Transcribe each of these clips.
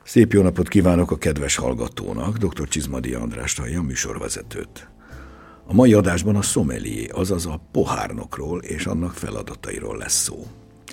Szép jó napot kívánok a kedves hallgatónak, dr. Csizmadia Andrást hallja, a műsorvezetőt. A mai adásban a sommelier, azaz a pohárnokról és annak feladatairól lesz szó.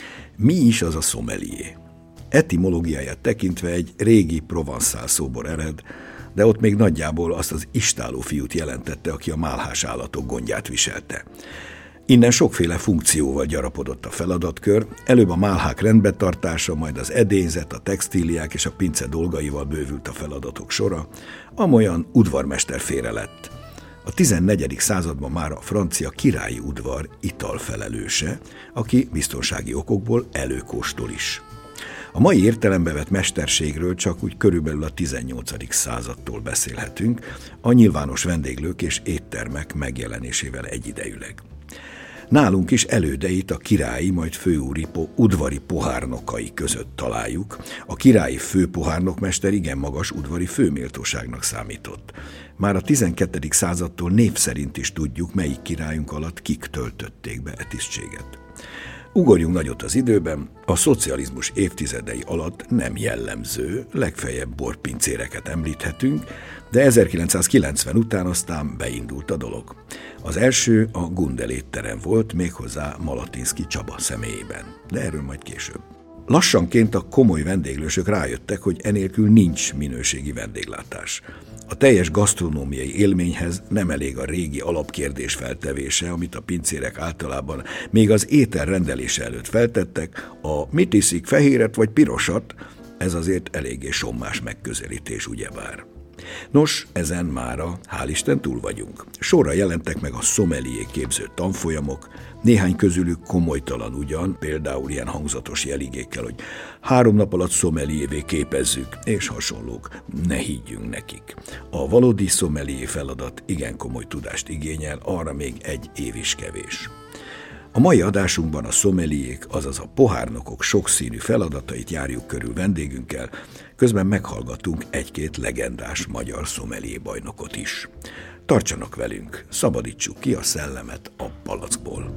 Mi is az a sommelier? Etimológiáját tekintve egy régi provanszál szóból ered, de ott még nagyjából azt az istáló fiút jelentette, aki a málhás állatok gondját viselte. Innen sokféle funkcióval gyarapodott a feladatkör, előbb a málhák rendbetartása, majd az edényzet, a textíliák és a pince dolgaival bővült a feladatok sora, amolyan udvarmesterféle lett. A 14. században már a francia királyi udvar italfelelőse, aki biztonsági okokból előkóstol is. A mai értelembe vett mesterségről csak úgy körülbelül a 18. századtól beszélhetünk, a nyilvános vendéglők és éttermek megjelenésével egyidejűleg. Nálunk is elődeit a királyi, majd főúri udvari pohárnokai között találjuk. A királyi főpohárnokmester igen magas udvari főméltóságnak számított. Már a 12. századtól név szerint is tudjuk, melyik királyunk alatt kik töltötték be e tisztséget. Ugorjunk nagyot az időben, a szocializmus évtizedei alatt nem jellemző, legfeljebb borpincéreket említhetünk, de 1990 után aztán beindult a dolog. Az első a Gundel étterem volt, méghozzá Malatinszky Csaba személyében, de erről majd később. Lassanként a komoly vendéglősök rájöttek, hogy enélkül nincs minőségi vendéglátás. A teljes gasztronómiai élményhez nem elég a régi alapkérdés feltevése, amit a pincérek általában még az étel rendelése előtt feltettek, a mit iszik, fehéret vagy pirosat, ez azért eléggé sommás megközelítés, ugyebár. Nos, ezen mára, hál' Isten, túl vagyunk. Sorra jelentek meg a sommelier képző tanfolyamok, néhány közülük komolytalan ugyan, például ilyen hangzatos jeligékkel, hogy 3 nap alatt sommeliervé képezzük, és hasonlók, ne higgyünk nekik. A valódi sommelier feladat igen komoly tudást igényel, arra még 1 év is kevés. A mai adásunkban a sommelierek, azaz a pohárnokok sokszínű feladatait járjuk körül vendégünkkel, közben meghallgatunk 1-2 legendás magyar sommelier bajnokot is. Tartsanak velünk, szabadítsuk ki a szellemet a palackból.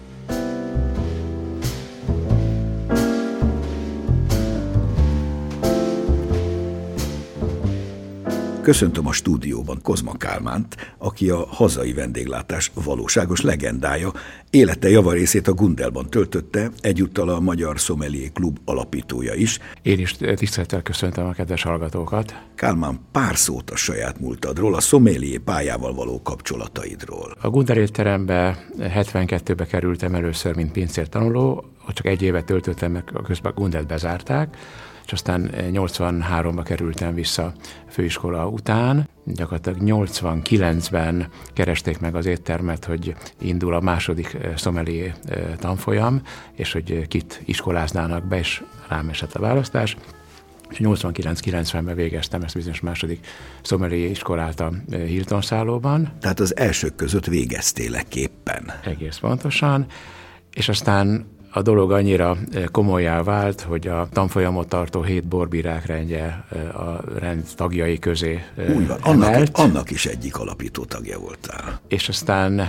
Köszöntöm a stúdióban Kozma Kálmánt, aki a hazai vendéglátás valóságos legendája, élete javarészét a Gundelban töltötte, egyúttal a Magyar Sommelier Klub alapítója is. Én is tisztelettel köszöntöm a kedves hallgatókat. Kálmán, pár szót a saját múltadról, a sommelier pályával való kapcsolataidról. A Gundel étterembe 72-be kerültem először, mint pincértanuló, csak 1 évet töltöttem, meg közben a Gundelt bezárták, és aztán 83-ba kerültem vissza főiskola után. Gyakorlatilag 89-ben keresték meg az éttermet, hogy indul a második sommelier tanfolyam, és hogy kit iskoláznának be, és rám esett a választás. És 89-90-ben végeztem ezt bizonyos második sommelier iskolát a Hilton szállóban. Tehát az elsők között végeztél-e-képpen? Egész pontosan, és aztán a dolog annyira komolyá vált, hogy a tanfolyamot tartó 7 borbírák rendje a rend tagjai közé annak is egyik alapító tagja voltál. És aztán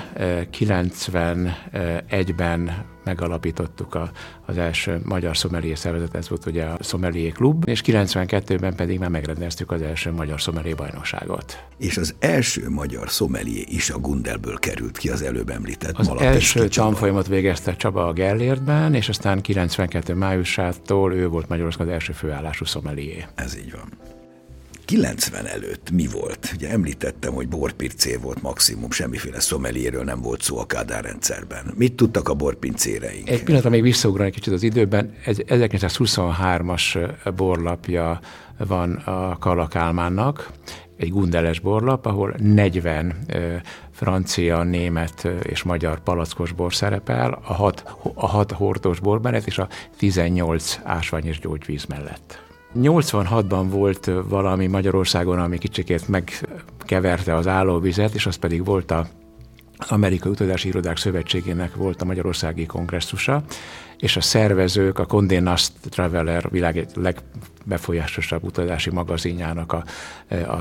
91-ben megalapítottuk az első magyar sommelier szervezet, ez volt ugye a Sommelier Klub, és 92-ben pedig már megrendeztük az első magyar sommelier bajnokságot. És az első magyar sommelier is a Gundelből került ki, az előbb említett Az Malatinszky első Csaba. tanfolyamot végezte Csaba a Gellértben, és aztán 92 májusától ő volt Magyarországon az első főállású sommelier. Ez így van. 90 előtt mi volt? Ugye említettem, hogy borpincér volt maximum, semmiféle sommelierről nem volt szó a Kádár rendszerben. Mit tudtak a borpincéreink? Egy pillanatra még visszaugrani kicsit az időben, egy 1923-as borlapja van a Karla Kálmánnak, egy gundeles borlap, ahol 40 francia, német és magyar palackos bor szerepel, a 6 hordós bormenet és a 18 ásvány és gyógyvíz mellett. 86-ban volt valami Magyarországon, ami kicsikét megkeverte az állóvizet, és az pedig volt az Amerikai Utazási Irodák Szövetségének volt a magyarországi kongresszusa, és a szervezők a Condé Nast Traveler világ legbefolyásosabb utazási magazinjának a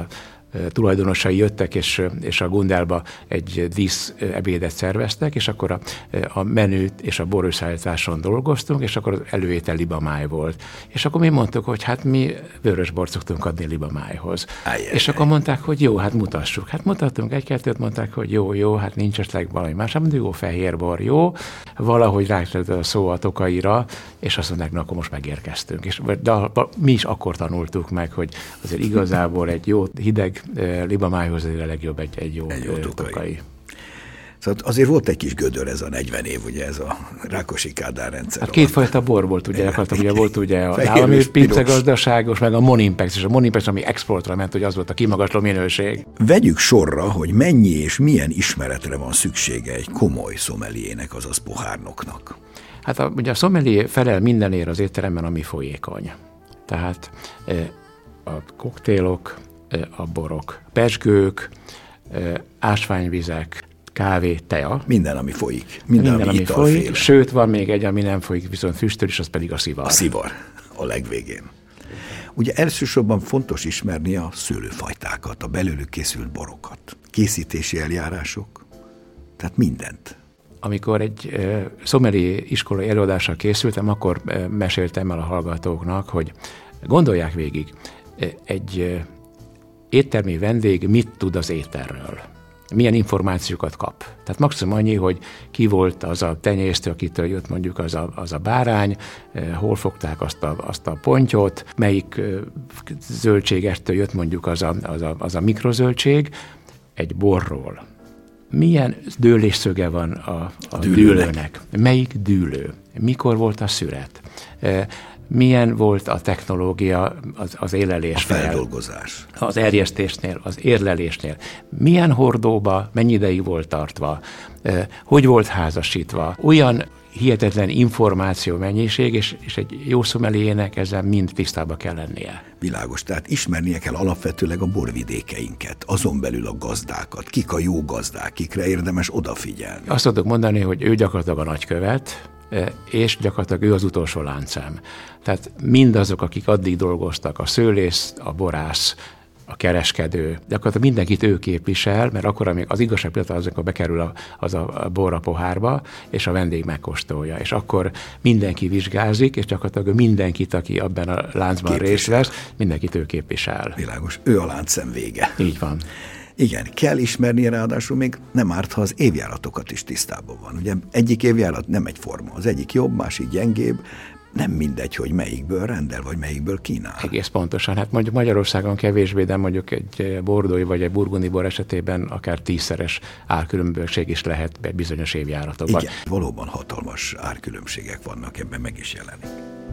tulajdonosai jöttek, és a Gundelba egy díszebédet szerveztek, és akkor a menüt és a borösszállításon dolgoztunk, és akkor az előétel libamáj volt. És akkor mi mondtuk, hogy hát mi vörösbort szoktunk adni libamájhoz. És akkor mondták, hogy jó, hát mutassuk. Hát mutattunk egy-kettőt, mondták, hogy jó, hát nincs esetleg valami más. Hát mondjuk, jó, fehérbor, jó. Valahogy rájött a szó a Tokaira, és azt mondták, na, akkor most megérkeztünk. De mi is akkor tanultuk meg, hogy azért igazából egy jó hideg libamájhoz a legjobb egy jó Tokai. Szóval azért volt egy kis gödör ez a 40 év, ugye ez a Rákosi Kádár rendszer. Hát kétfajta bor volt, ugye volt ugye az állami pincegazdaságos, meg a Monimpex, és a Monimpex, ami exportra ment, hogy az volt a kimagasló minőség. Vegyük sorra, hogy mennyi és milyen ismeretre van szüksége egy komoly szomeliének, azaz pohárnoknak. Hát ugye a szomelié felel mindenért az étteremben, ami folyékony. Tehát a koktélok, a borok, pezsgők, ásványvizek, kávé, tea. Minden, ami folyik. Minden ami folyik. Sőt, van még egy, ami nem folyik, viszont füstöl, és az pedig a szivar. A szivar, a legvégén. Ugye elsősorban fontos ismerni a szőlőfajtákat, a belőlük készült borokat, készítési eljárások, tehát mindent. Amikor egy szomelié iskolai előadással készültem, akkor meséltem el a hallgatóknak, hogy gondolják végig, egy éttermi vendég mit tud az ételről, milyen információkat kap. Tehát maximum annyi, hogy ki volt az a tenyésztő, akitől jött mondjuk az a bárány, hol fogták azt a pontyot, melyik zöldségestől jött mondjuk az a mikrozöldség, egy borról. Milyen dőlésszöge van a dűlőnek? Melyik dűlő? Mikor volt a szüret? Milyen volt a technológia az élelésnél? A feldolgozás. Az erjesztésnél, az érlelésnél. Milyen hordóba, mennyi ideig volt tartva? Hogy volt házasítva? Olyan hihetetlen információ mennyiség, és egy jó szomeliének ezzel mind tisztába kell lennie. Világos, tehát ismernie kell alapvetőleg a borvidékeinket, azon belül a gazdákat, kik a jó gazdák, kikre érdemes odafigyelni. Azt tudok mondani, hogy ő gyakorlatilag a nagykövet, és gyakorlatilag ő az utolsó láncszem. Tehát mindazok, akik addig dolgoztak, a szőlész, a borász, a kereskedő, gyakorlatilag mindenkit ő képvisel, mert akkor, amíg az igazság pillanat az, amikor bekerül az a bor a pohárba, és a vendég megkóstolja, és akkor mindenki vizsgázik, és gyakorlatilag mindenkit, aki abban a láncban részt vesz, mindenkit ő képvisel. Világos, ő a láncszem vége. Így van. Igen, kell ismernie, ráadásul még nem árt, ha az évjáratokat is tisztában van. Ugye egyik évjárat nem egyforma, az egyik jobb, másik gyengébb, nem mindegy, hogy melyikből rendel, vagy melyikből kínál. Egész pontosan. Hát mondjuk Magyarországon kevésbé, de mondjuk egy bordói vagy egy burgundi bor esetében akár 10-szeres árkülönbség is lehet bizonyos évjáratokban. Igen, valóban hatalmas árkülönbségek vannak, ebben meg is jelenik.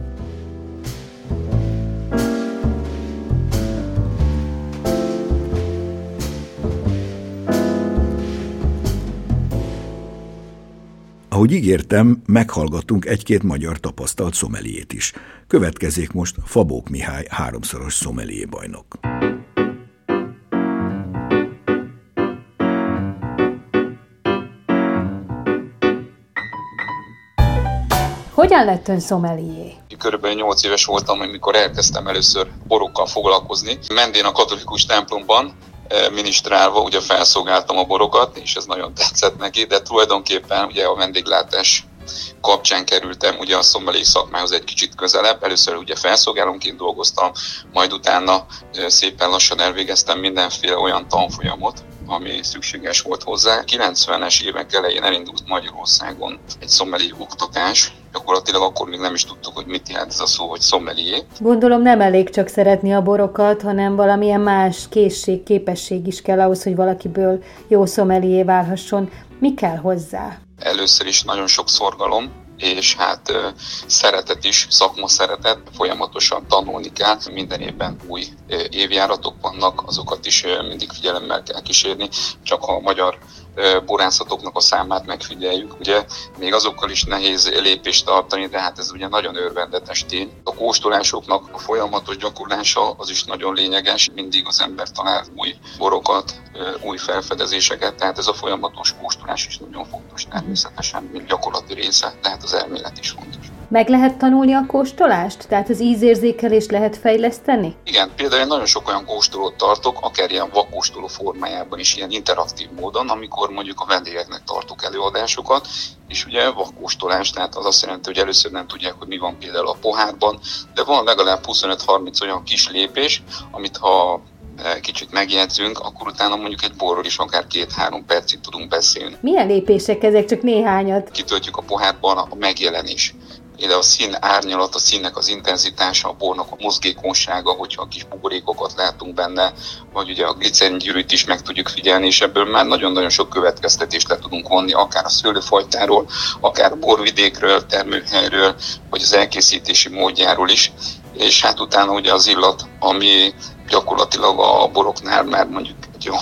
Ahogy ígértem, meghallgattunk egy-két magyar tapasztalt szomeliét is. Következzék most Fabók Mihály 3-szoros szomelié bajnok. Hogyan lett ön szomelié? Körülbelül 8 éves voltam, amikor elkezdtem először borokkal foglalkozni. Mendén a katolikus templomban minisztrálva ugye felszolgáltam a borokat, és ez nagyon tetszett neki, de tulajdonképpen ugye a vendéglátás kapcsán kerültem ugye a szomelié szakmához egy kicsit közelebb. Először ugye felszolgálónként dolgoztam, majd utána szépen lassan elvégeztem mindenféle olyan tanfolyamot, ami szükséges volt hozzá. 90-es évek elején elindult Magyarországon egy szomelié oktatás. Gyakorlatilag akkor még nem is tudtuk, hogy mit jelent ez a szó, hogy szomelié. Gondolom nem elég csak szeretni a borokat, hanem valamilyen más készség, képesség is kell ahhoz, hogy valakiből jó szomelié válhasson. Mi kell hozzá? Először is nagyon sok szorgalom, és hát szeretet is, szakma szeretet, folyamatosan tanulni kell. Minden évben új évjáratok vannak, azokat is mindig figyelemmel kell kísérni, csak ha a magyar borászatoknak a számát megfigyeljük. Ugye még azokkal is nehéz lépést tartani, de hát ez ugye nagyon örvendetes tény. A kóstolásoknak a folyamatos gyakorlása az is nagyon lényeges. Mindig az ember talál új borokat, új felfedezéseket, tehát ez a folyamatos kóstolás is nagyon fontos természetesen, mint gyakorlati része, tehát az elmélet is fontos. Meg lehet tanulni a kóstolást? Tehát az ízérzékelést lehet fejleszteni? Igen, például én nagyon sok olyan kóstolót tartok, akár ilyen vakkóstoló formájában is, ilyen interaktív módon, amikor mondjuk a vendégeknek tartok előadásokat, és ugye vakkóstolás, tehát az azt jelenti, hogy először nem tudják, hogy mi van például a pohárban, de van legalább 25-30 olyan kis lépés, amit ha kicsit megjegyzünk, akkor utána mondjuk egy borról is akár 2-3 percig tudunk beszélni. Milyen lépések ezek, csak néhányat? Kitöltjük a pohárban a megjelenés. Például a szín árnyalat, a színnek az intenzitása, a bornak a mozgékonysága, hogyha a kis buborékokat látunk benne, vagy ugye a gliceríngyűrűt is meg tudjuk figyelni, és ebből már nagyon-nagyon sok következtetést le tudunk vonni, akár a szőlőfajtáról, akár a borvidékről, termőhelyről, vagy az elkészítési módjáról is. És hát utána ugye az illat, ami gyakorlatilag a boroknál már mondjuk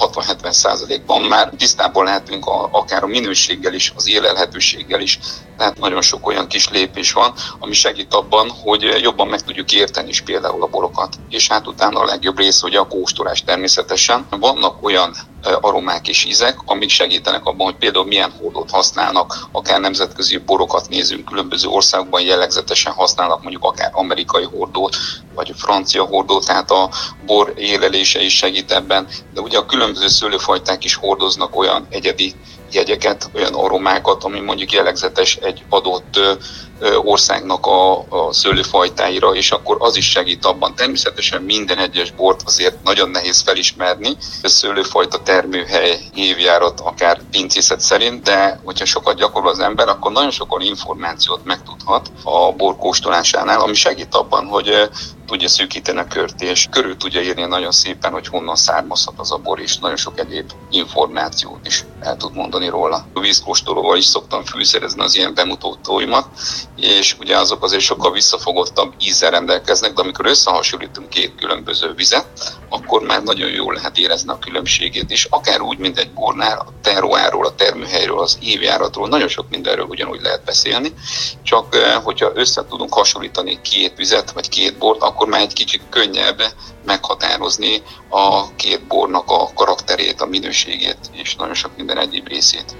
60-70%-ban már tisztában lehetünk akár a minőséggel is, az élelhetőséggel is. Tehát nagyon sok olyan kis lépés van, ami segít abban, hogy jobban meg tudjuk érteni is például a borokat. És hát utána a legjobb rész, hogy a kóstolás természetesen. Vannak olyan aromák és ízek, amik segítenek abban, hogy például milyen hordót használnak, akár nemzetközi borokat nézünk, különböző országokban jellegzetesen használnak mondjuk akár amerikai hordót, vagy francia hordót, tehát a bor élelése is segít ebben, de ugye a különböző szőlőfajták is hordoznak olyan egyedi jegyeket, olyan aromákat, ami mondjuk jellegzetes egy adott országnak a szőlőfajtáira, és akkor az is segít abban. Természetesen minden egyes bort azért nagyon nehéz felismerni, a szőlőfajta, termőhely, évjárat, akár pincészet szerint, de hogyha sokat gyakorol az ember, akkor nagyon sok olyan információt megtudhat a bor kóstolásánál, ami segít abban, hogy tudja szűkíteni a kört, és körül tudja írni nagyon szépen, hogy honnan származhat az a bor, és nagyon sok egyéb információt is el tud mondani róla. A vízkóstolóval is szoktam fűszerezni az ilyen bemutatóimat, és ugye azok azért sokkal visszafogottabb ízzel rendelkeznek, de amikor összehasonlítunk két különböző vizet, akkor már nagyon jól lehet érezni a különbségét is, akár úgy, mint egy bornál, a terroárról, a termőhelyről, az évjáratról, nagyon sok mindenről ugyanúgy lehet beszélni, csak hogyha össze tudunk hasonlítani két vizet, vagy két bort, akkor már egy kicsit könnyebb meghatározni a két bornak a karakterét, a minőségét, és nagyon sok minden egyéb részét.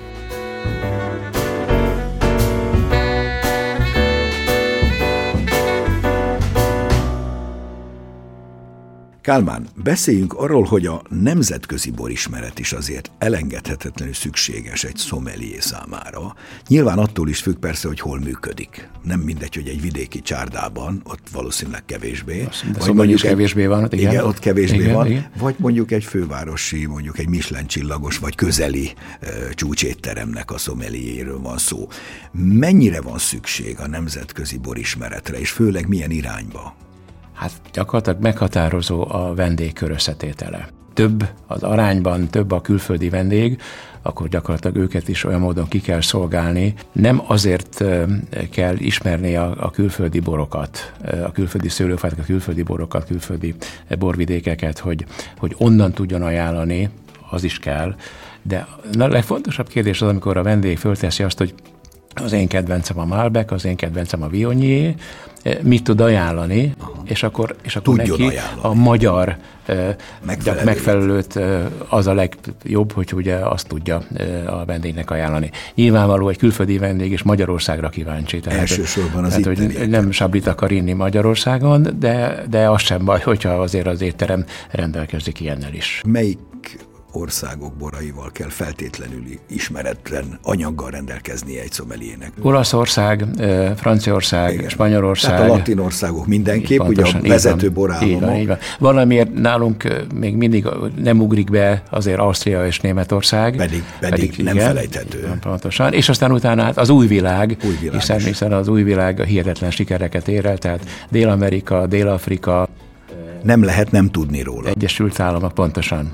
Kálmán, beszéljünk arról, hogy a nemzetközi borismeret is azért elengedhetetlenül szükséges egy sommelier számára. Nyilván attól is függ persze, hogy hol működik. Nem mindegy, hogy egy vidéki csárdában, ott valószínűleg kevésbé. De mondjuk kevésbé van. Igen, ott kevésbé van. Igen. Vagy mondjuk egy fővárosi, mondjuk egy Michelin csillagos, vagy közeli csúcsétteremnek a sommelieréről van szó. Mennyire van szükség a nemzetközi borismeretre, és főleg milyen irányba? Hát gyakorlatilag meghatározó a vendégkör összetétele. Több az arányban, több a külföldi vendég, akkor gyakorlatilag őket is olyan módon ki kell szolgálni. Nem azért kell ismerni a külföldi borokat, a külföldi szőlőfájtokat, a külföldi borokat, külföldi borvidékeket, hogy onnan tudjon ajánlani, az is kell. De a legfontosabb kérdés az, amikor a vendég fölteszi azt, hogy az én kedvencem a Malbec, az én kedvencem a Viognier, mit tud ajánlani, és akkor neki ajánlani a magyar megfelelőt az a legjobb, hogy ugye azt tudja a vendégnek ajánlani. Nyilvánvaló egy külföldi vendég és Magyarországra kíváncsi. Elsősorban az hogy nem sablit akar inni Magyarországon, de az sem baj, hogyha azért az étterem rendelkezik ilyennel is. Melyik országok boraival kell feltétlenül ismeretlen anyaggal rendelkeznie egy szommeliernek? Olaszország, Franciaország, igen. Spanyolország. Tehát a latin országok mindenképp, pontosan, ugye a vezető borállamok. Így van. Valamiért nálunk még mindig nem ugrik be azért Ausztria és Németország. Pedig nem igen, felejthető. Pontosan. És aztán utána az új világ hiszen az új világ hihetetlen sikereket ér el, tehát Dél-Amerika, Dél-Afrika. Nem lehet nem tudni róla. Egyesült Államok, pontosan.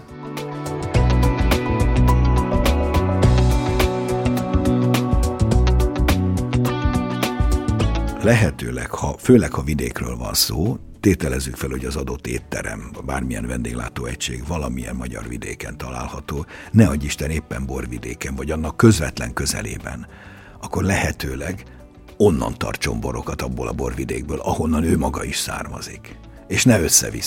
Lehetőleg, főleg ha vidékről van szó, tételezzük fel, hogy az adott étterem, bármilyen vendéglátóegység valamilyen magyar vidéken található, ne adj Isten éppen borvidéken, vagy annak közvetlen közelében, akkor lehetőleg onnan tartson borokat abból a borvidékből, ahonnan ő maga is származik. És ne össze-vissza.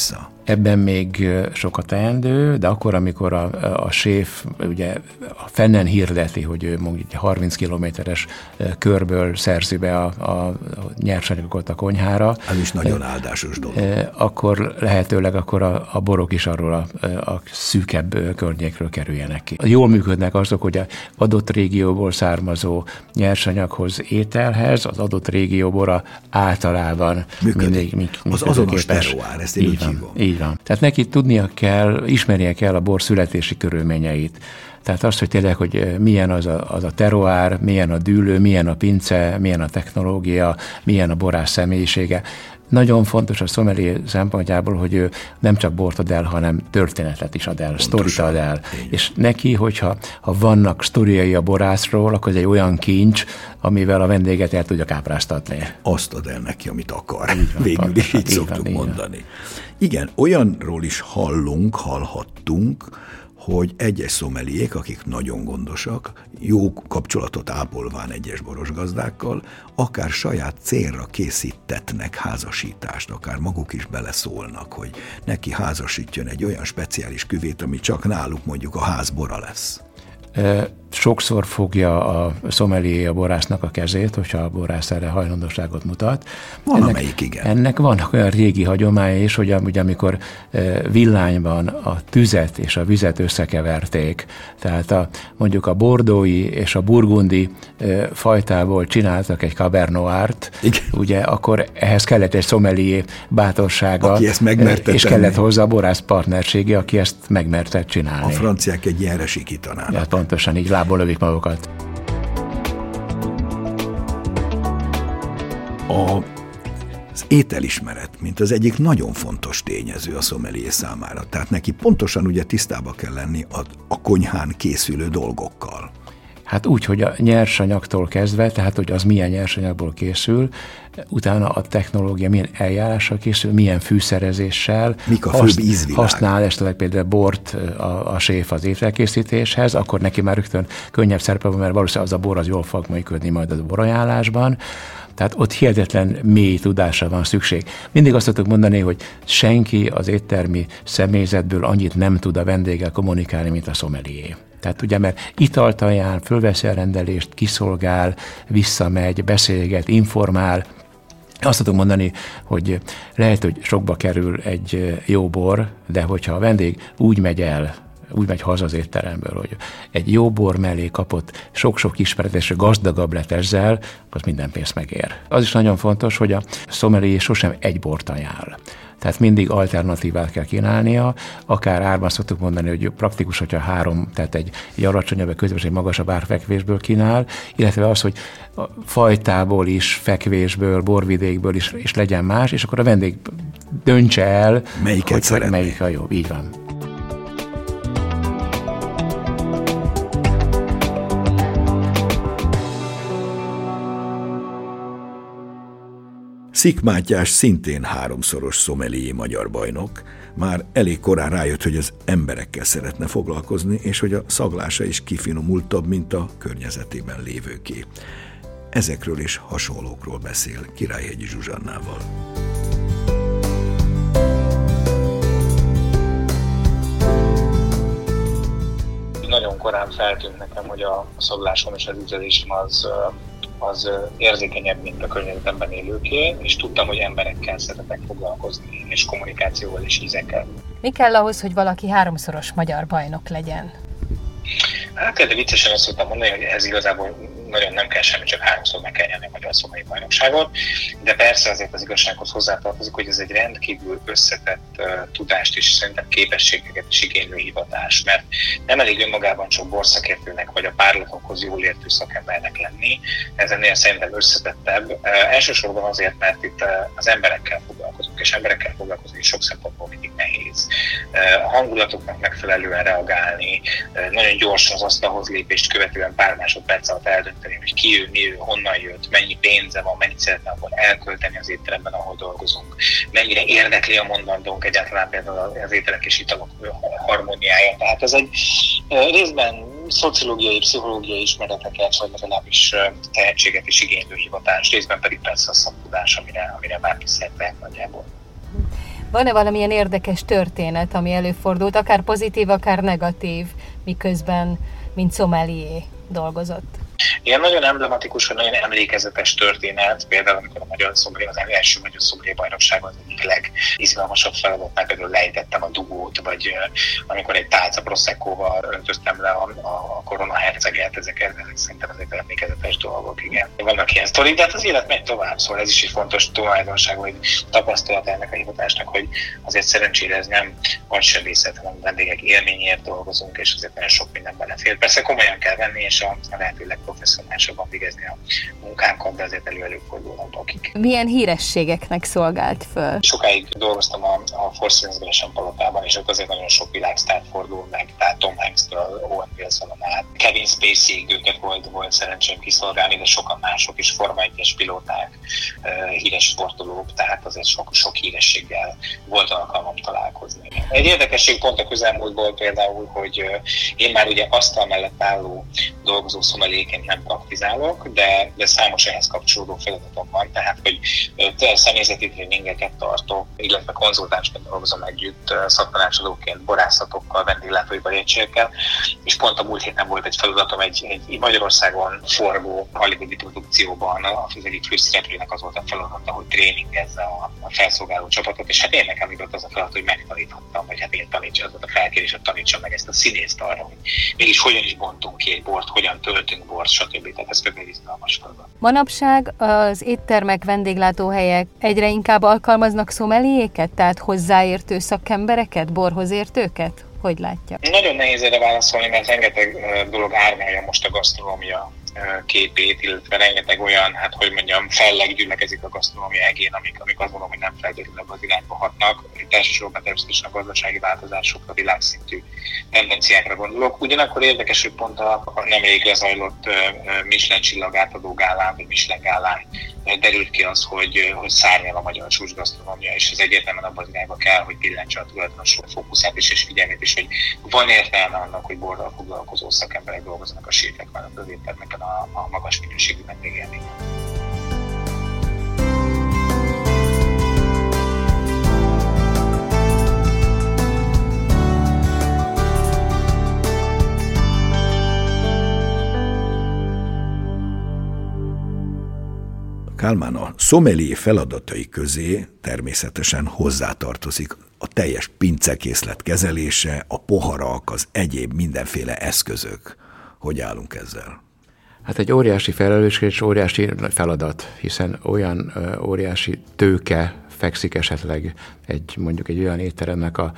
Ebben még sokat teendő, de akkor, amikor a séf ugye a fennen hirdeti, hogy ő mondjuk 30 kilométeres körből szerzi be a nyersanyagokat a konyhára. Ez is nagyon áldásos dolog. Akkor lehetőleg a borok is arról a szűkebb környékről kerüljenek ki. Jól működnek azok, hogy az adott régióból származó nyersanyaghoz, ételhez, az adott régió bora általában mindig az azonos terroár, ezt én úgy hívom. Így van. Tehát neki tudnia kell, ismernie kell a bor születési körülményeit. Tehát azt, hogy tényleg, hogy milyen az a terroár, milyen a dűlő, milyen a pince, milyen a technológia, milyen a borász személyisége. Nagyon fontos a sommelier szempontjából, hogy ő nem csak bort ad el, hanem történetet is ad el, sztorit ad el. És neki, hogyha vannak sztoriai a borászról, akkor ez egy olyan kincs, amivel a vendéget el tudja kápráztatni. Azt ad el neki, amit akar. Végül is így szoktuk mondani. Igen, olyanról is hallhattunk, hogy egyes szomeliék, akik nagyon gondosak, jó kapcsolatot ápolván egyes borosgazdákkal, akár saját célra készítetnek házasítást, akár maguk is beleszólnak, hogy neki házasítjon egy olyan speciális küvét, ami csak náluk mondjuk a házbora lesz. Sokszor fogja a sommelier a borásznak a kezét, hogyha a borász erre hajlandóságot mutat. Ennek vannak olyan régi hagyományai is, hogy amikor villányban a tüzet és a vizet összekeverték, tehát mondjuk a bordói és a burgundi fajtából csináltak egy Cabernet Noirt, ugye akkor ehhez kellett egy sommelier bátorsága, aki ezt megmerte és kellett hozzá a borász partnersége, aki ezt megmerte csinálni. A franciák egy ilyenre sikítanának. Ja, pontosan így lából lövik magukat. Az ételismeret, mint az egyik nagyon fontos tényező a sommelier számára. Tehát neki pontosan ugye tisztába kell lenni a konyhán készülő dolgokkal. Hát úgy, hogy a nyersanyagtól kezdve, tehát hogy az milyen nyersanyagból készül, utána a technológia milyen eljárással készül, milyen fűszerezéssel. Mik a főbb ízvilág? Használ esetleg például bort a séf az ételkészítéshez, akkor neki már rögtön könnyebb szerepe van, mert valószínűleg az a bor az jól fog működni majd a borajánlásban. Tehát ott hihetetlen mély tudásra van szükség. Mindig azt tudok mondani, hogy senki az éttermi személyzetből annyit nem tud a vendéggel kommunikálni, mint a sommelier. Tehát ugye, mert italt ajánl, fölveszi a rendelést, kiszolgál, visszamegy, beszélget, informál. Azt tudom mondani, hogy lehet, hogy sokba kerül egy jó bor, de hogyha a vendég úgy megy haza az étteremből, hogy egy jó bor mellé kapott sok-sok ismeretesre gazdagabb lett ezzel, az minden pénzt megér. Az is nagyon fontos, hogy a sommelier sosem egy bort ajánl. Tehát mindig alternatívát kell kínálnia, akár árban szoktuk mondani, hogy praktikus, hogyha 3, tehát egy alacsonyabb, egy közepes, egy magasabb árfekvésből kínál, illetve az, hogy a fajtából is, fekvésből, borvidékből is legyen más, és akkor a vendég döntse el, hogy melyik a jobb. Így van. Szik Mátyás szintén 3-szoros sommelier magyar bajnok, már elég korán rájött, hogy az emberekkel szeretne foglalkozni, és hogy a szaglása is kifinomultabb, mint a környezetében lévőké. Ezekről és hasonlókról beszél Királyhegyi Zsuzsannával. Nagyon korán feltűnt nekem, hogy a szaglásom és az ízlésem az érzékenyebb, mint a környezetemben élőké, és tudtam, hogy emberekkel szeretek foglalkozni, és kommunikációval és ízekkel. Mi kell ahhoz, hogy valaki 3-szoros magyar bajnok legyen? Hát, de viccesen azt szoktam mondani, hogy ez igazából nagyon nem kell semmi, csak 3-szor meg kell nyerni a magyar szomai bajnokságot, de persze azért az igazsághoz hozzátartozik, hogy ez egy rendkívül összetett tudást és szerintem képességeket is igénylő hivatás, mert nem elég önmagában csak borszakértőnek vagy a párlatokhoz jól értő szakembernek lenni, ez ennél szerintem összetettebb. Elsősorban azért, mert itt az emberekkel foglalkozunk, és emberekkel foglalkozni sok szempontból mindig nehéz. A hangulatoknak megfelelően reagálni, nagyon gyorsan az asztalhoz lépést követően pár másodperc alatt eldönteni, hogy ki ő, mi ő, honnan jött, mennyi pénze van, mennyit szeretne abban elkölteni az étteremben, ahol dolgozunk, mennyire érdekli a mondandónk egyáltalán például az ételek és italok harmóniája. Tehát ez egy részben szociológiai, pszichológiai ismereteket, vagy legalábbis tehetséget is igénylő hivatás, részben pedig persze a szaktudás, amire bárki szert lehet nagyjából. Van-e valamilyen érdekes történet, ami előfordult, akár pozitív, akár negatív, miközben, mint sommelier dolgozott? Ilyen nagyon emblematikus, vagy nagyon emlékezetes történet, például amikor a magyar sommelier, az első magyar sommelier bajnokságon az egyik legizgalmasabb feladatnál például lejtettem a dugót, vagy amikor egy tálca proszeccóval öntöztem le a korona herceget, ezek szerintem ezek emlékezetes dolgok, igen. Vannak ilyen sztorik, de hát az élet megy tovább, szóval ez is egy fontos tulajdonság, hogy tapasztalat ennek a hivatásnak, hogy azért szerencsére ez nem agysebészet, hanem vendégek élményért dolgozunk, és azért nagyon sok minden belefér. Persze komolyan kell venni, és a lehető legprofesszionálisabban végezni a munkánkat, de azért előfordulnak akik. Milyen hírességeknek szolgált föl? Sokáig dolgoztam a Four Seasons palotában, és ott azért nagyon sok világsztár fordul meg, tehát Tom Hanks-től Owen Wilsonon át, Kevin Spacey-ig őket volt szerencsém kiszolgálni, de sokan mások is, Forma 1-es pilóták, híres sportolók, tehát azért sok hírességgel volt alkalmam találkozni. Egy érdekesség pont a közelmúltból például, hogy én már ugye asztal mellett álló dolgozó szommelierként nem praktizálok, de számos ehhez kapcsolódó feladatom van, tehát hogy személyzeti tréningeket tartok, illetve konzultánsként dolgozom együtt szaktanácsadóként borászatokkal, vendéglátóipari egységekkel, és pont a múlt héten volt egy feladatom egy Magyarországon forgó hollywoodi produkcióban, az egyik főszereplőnek az volt a feladata, hogy tréningezze a felszolgáló csapatot, és hát én nekem jutott az a feladat, hogy megtaníthattam, vagy hát én tanítsam, az volt a felkérés, hogy tanítsam meg ezt a színészt arra, hogy mégis hogyan is bontunk ki egy bort, hogyan töltünk bort, stb. Tehát ez kb. Izgalmas feladat. Manapság az éttermek, vendéglátóhelyek egyre inkább alkalmaznak szommeliereket, tehát hozzáértő szakembereket, borhoz értőket? Hogy látja? Nagyon nehéz erre válaszolni, mert rengeteg dolog árnyalja most a gasztronómia képét, illetve rengeteg olyan, hát hogy mondjam, felleg gyülekezik a gasztronómia egén, amik azt gondolom, hogy nem feltétlenül az irányba hatnak. Itt elsősorban természetesen a gazdasági változásokra, világszintű tendenciákra gondolok. Ugyanakkor érdekes, hogy pont a nemrég lezajlott Michelin csillag átadó gálán, vagy Michelin gálán derült ki az, hogy szárnyal a magyar csúcsgasztronómia, és ez egyértelműen abban az irányba kell, hogy pillantsa a tulajdonosok fókuszát is, és figyelmét is, hogy van értelme annak, hogy borral foglalkozó szakemberek dolgoznak a séfek mellett az éttermeken a magas minőségű vendégélményen. Kálmán, a sommelier feladatai közé természetesen hozzátartozik a teljes pincekészlet kezelése, a poharak, az egyéb mindenféle eszközök. Hogy állunk ezzel? Hát egy óriási felelősség és óriási feladat, hiszen olyan óriási tőke fekszik esetleg mondjuk egy olyan étteremnek a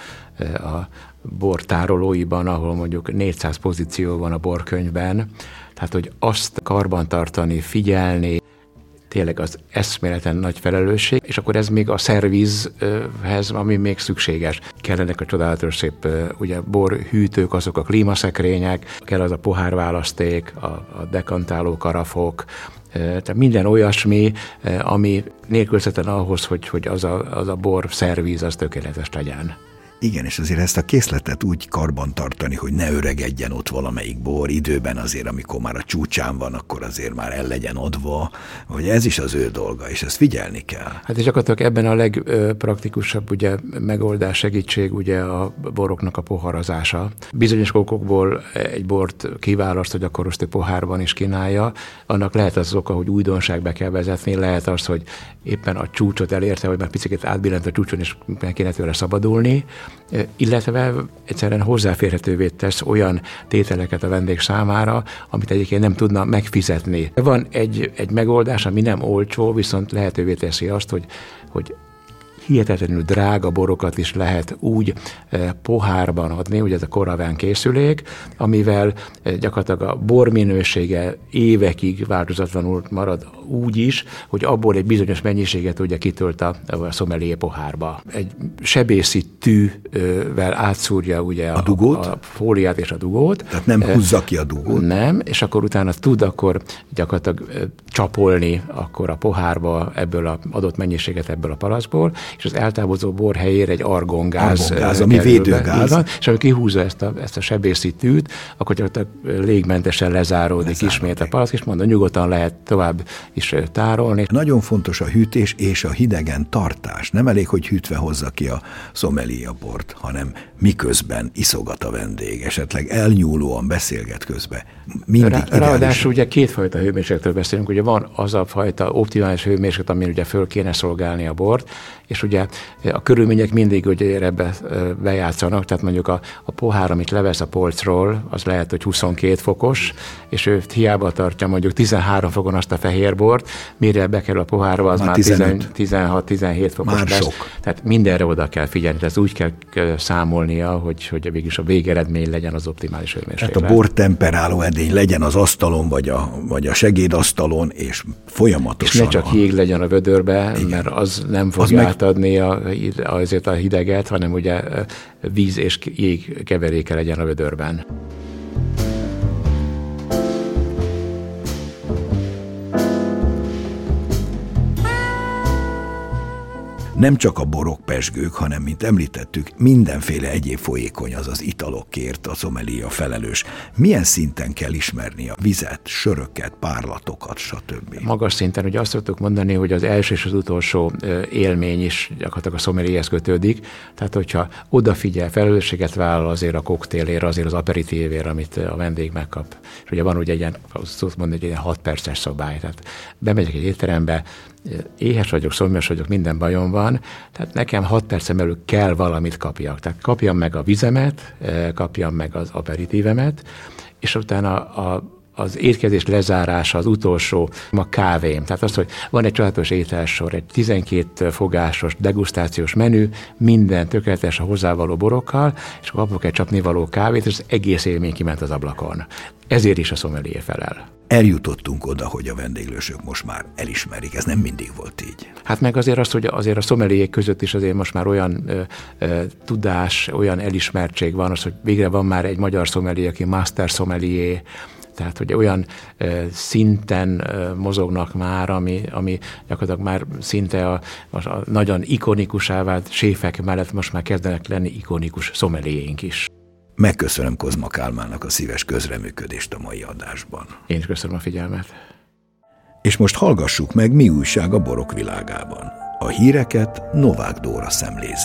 bortárolóiban, ahol mondjuk 400 pozíció van a borkönyvben, tehát hogy azt karbantartani, figyelni, tényleg az eszméleten nagy felelősség, és akkor ez még a szervizhez, ami még szükséges. Kellenek a csodálatos szép ugye borhűtők, azok a klímaszekrények, kell az a pohárválaszték, a dekantáló karafok, tehát minden olyasmi, ami nélkülözhetetlen ahhoz, hogy az a bor szervíz az tökéletes legyen. Igen, és azért ezt a készletet úgy karban tartani, hogy ne öregedjen ott valamelyik bor időben azért, amikor már a csúcsán van, akkor azért már el legyen adva, hogy ez is az ő dolga, és ezt figyelni kell. Hát és gyakorlatilag ebben a legpraktikusabb ugye, megoldás, segítség ugye a boroknak a poharazása. Bizonyos okokból egy bort kiválaszt, hogy akkor azt pohárban is kínálja, annak lehet az oka, hogy újdonságba kell vezetni, lehet az, hogy éppen a csúcsot elérte, hogy már picit átbillent a csúcson, és kéne tőle szabadulni, illetve egyszerűen hozzáférhetővé tesz olyan tételeket a vendég számára, amit egyébként nem tudna megfizetni. Van egy megoldás, ami nem olcsó, viszont lehetővé teszi azt, hogy hihetetlenül drága borokat is lehet úgy pohárban adni, ugye ez a koraván készülék, amivel gyakorlatilag a bor minősége évekig változatlanul marad úgy is, hogy abból egy bizonyos mennyiséget ugye kitölt a sommelier pohárba. Egy sebészi tűvel átszúrja ugye a fóliát és a dugót. Tehát nem húzza ki a dugót. Nem, és akkor utána tud akkor gyakorlatilag csapolni akkor a pohárba ebből az adott mennyiséget ebből a palacból, és az eltávozó bor helyére egy argongáz, ami védőgáz. Van, és amikor kihúzza ezt a sebészi tűt, akkor gyakorlatilag légmentesen lezáródik ismét a palack, és mondom, nyugodtan lehet tovább is is tárolni. Nagyon fontos a hűtés és a hidegen tartás. Nem elég, hogy hűtve hozza ki a sommelier a bort, hanem miközben iszogat a vendég, esetleg elnyúlóan beszélget közben. Ráadásul ugye kétfajta hőmérsékletről beszélünk, ugye van az a fajta optimális hőmérséklet, amin ugye föl kéne szolgálni a bort, és ugye a körülmények mindig ugye ebbe bejátszanak, tehát mondjuk a pohár, amit levesz a polcról, az lehet, hogy 22 fokos, és ő hiába tartja mondjuk 13 fokon azt a fehérbort, mire bekerül a pohárba, az már 16-17 fokos már lesz. Sok. Tehát mindenre oda kell figyelni, tehát úgy kell számolnia, hogy végülis a végeredmény legyen az optimális hőmérséklet. Tehát a bortemperáló edény legyen az asztalon, vagy a segédasztalon, és folyamatosan. És ne csak jég legyen a vödörbe, igen, mert az nem fogja átadni azért a hideget, hanem ugye víz és jég keveréke legyen a vödörben. Nem csak a borok, pezsgők, hanem, mint említettük, mindenféle egyéb folyékony, azaz italokért a sommelier felelős. Milyen szinten kell ismerni a vizet, söröket, párlatokat, stb.? Magas szinten, ugye azt szoktuk mondani, hogy az első és az utolsó élmény is gyakorlatilag a sommelierhez kötődik. Tehát, hogyha odafigyel, felelősséget vállal azért a koktélért, azért az aperitívért, amit a vendég megkap. És ugye van ugye egy ilyen, azt mondani, egy ilyen 6 perces szabály. Tehát bemegyek egy étterembe, éhes vagyok, szomjas vagyok, minden bajom van, tehát nekem 6 percen belül kell valamit kapjak. Tehát kapjam meg a vizemet, kapjam meg az aperitívemet, és utána az étkezés lezárása, az utolsó, a kávém. Tehát az, hogy van egy családos ételsor, egy 12 fogásos degustációs menü, minden tökéletes a hozzávaló borokkal, és akkor kapok egy csapnivaló kávét, és az egész élmény kiment az ablakon. Ezért is a sommelier felel. Eljutottunk oda, hogy a vendéglősök most már elismerik. Ez nem mindig volt így. Hát meg azért azt, hogy azért a szommelierek között is azért most már olyan tudás, olyan elismertség van, az, hogy végre van már egy magyar sommelier, aki master sommelier, tehát hogy olyan szinten mozognak már, ami gyakorlatilag már szinte a nagyon ikonikusá vált séfek mellett most már kezdenek lenni ikonikus szommelierénk is. Megköszönöm Kozma Kálmánnak a szíves közreműködést a mai adásban. Én is köszönöm a figyelmet. És most hallgassuk meg, mi újság a borok világában. A híreket Novák Dóra szemlézi.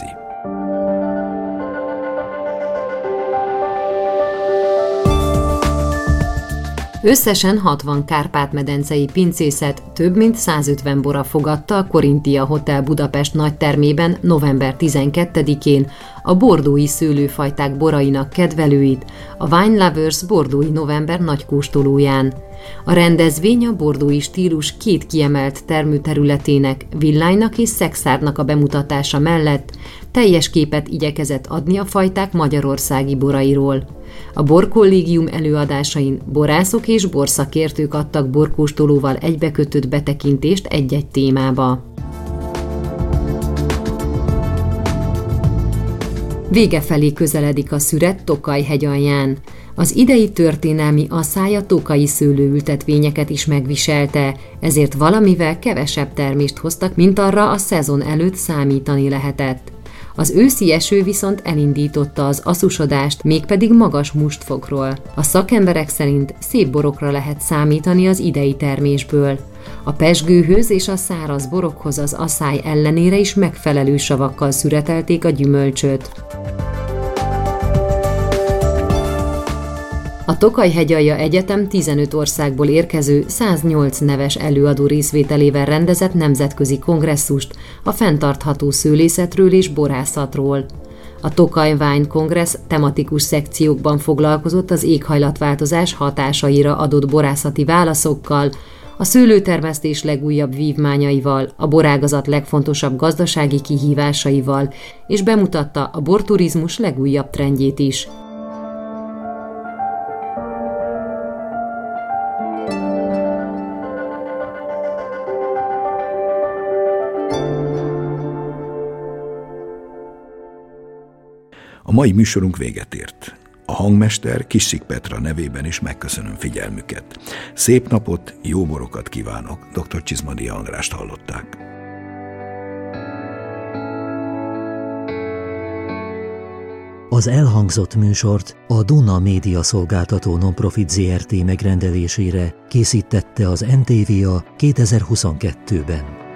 Összesen 60 kárpát-medencei pincészet több mint 150 bora fogadta a Korintia Hotel Budapest nagytermében november 12-én a bordói szőlőfajták borainak kedvelőit a Wine Lovers bordói november nagykóstolóján. A rendezvény a bordói stílus 2 kiemelt termőterületének, Villánynak és Szexárdnak a bemutatása mellett teljes képet igyekezett adni a fajták magyarországi borairól. A borkollégium előadásain borászok és borszakértők adtak borkóstolóval egybekötött betekintést egy-egy témába. Vége felé közeledik a szüret Tokaj hegyalján. Az idei történelmi asszály a tokaji szőlőültetvényeket is megviselte, ezért valamivel kevesebb termést hoztak, mint arra a szezon előtt számítani lehetett. Az őszi eső viszont elindította az asszusodást, mégpedig magas mustfokról. A szakemberek szerint szép borokra lehet számítani az idei termésből. A pezsgőhöz és a száraz borokhoz az asszály ellenére is megfelelő savakkal szüretelték a gyümölcsöt. A Tokaj-hegyalja Egyetem 15 országból érkező 108 neves előadó részvételével rendezett nemzetközi kongresszust a fenntartható szőlészetről és borászatról. A Tokaj Wine Congress tematikus szekciókban foglalkozott az éghajlatváltozás hatásaira adott borászati válaszokkal, a szőlőtermesztés legújabb vívmányaival, a borágazat legfontosabb gazdasági kihívásaival, és bemutatta a borturizmus legújabb trendjét is. A mai műsorunk véget ért. A hangmester Kissik Petra nevében is megköszönöm figyelmüket. Szép napot, jó borokat kívánok. Dr. Csizmadia Andrást hallották. A Az elhangzott műsort a Duna Média Szolgáltató Nonprofit Zrt. Megrendelésére készítette az NTVA 2022-ben.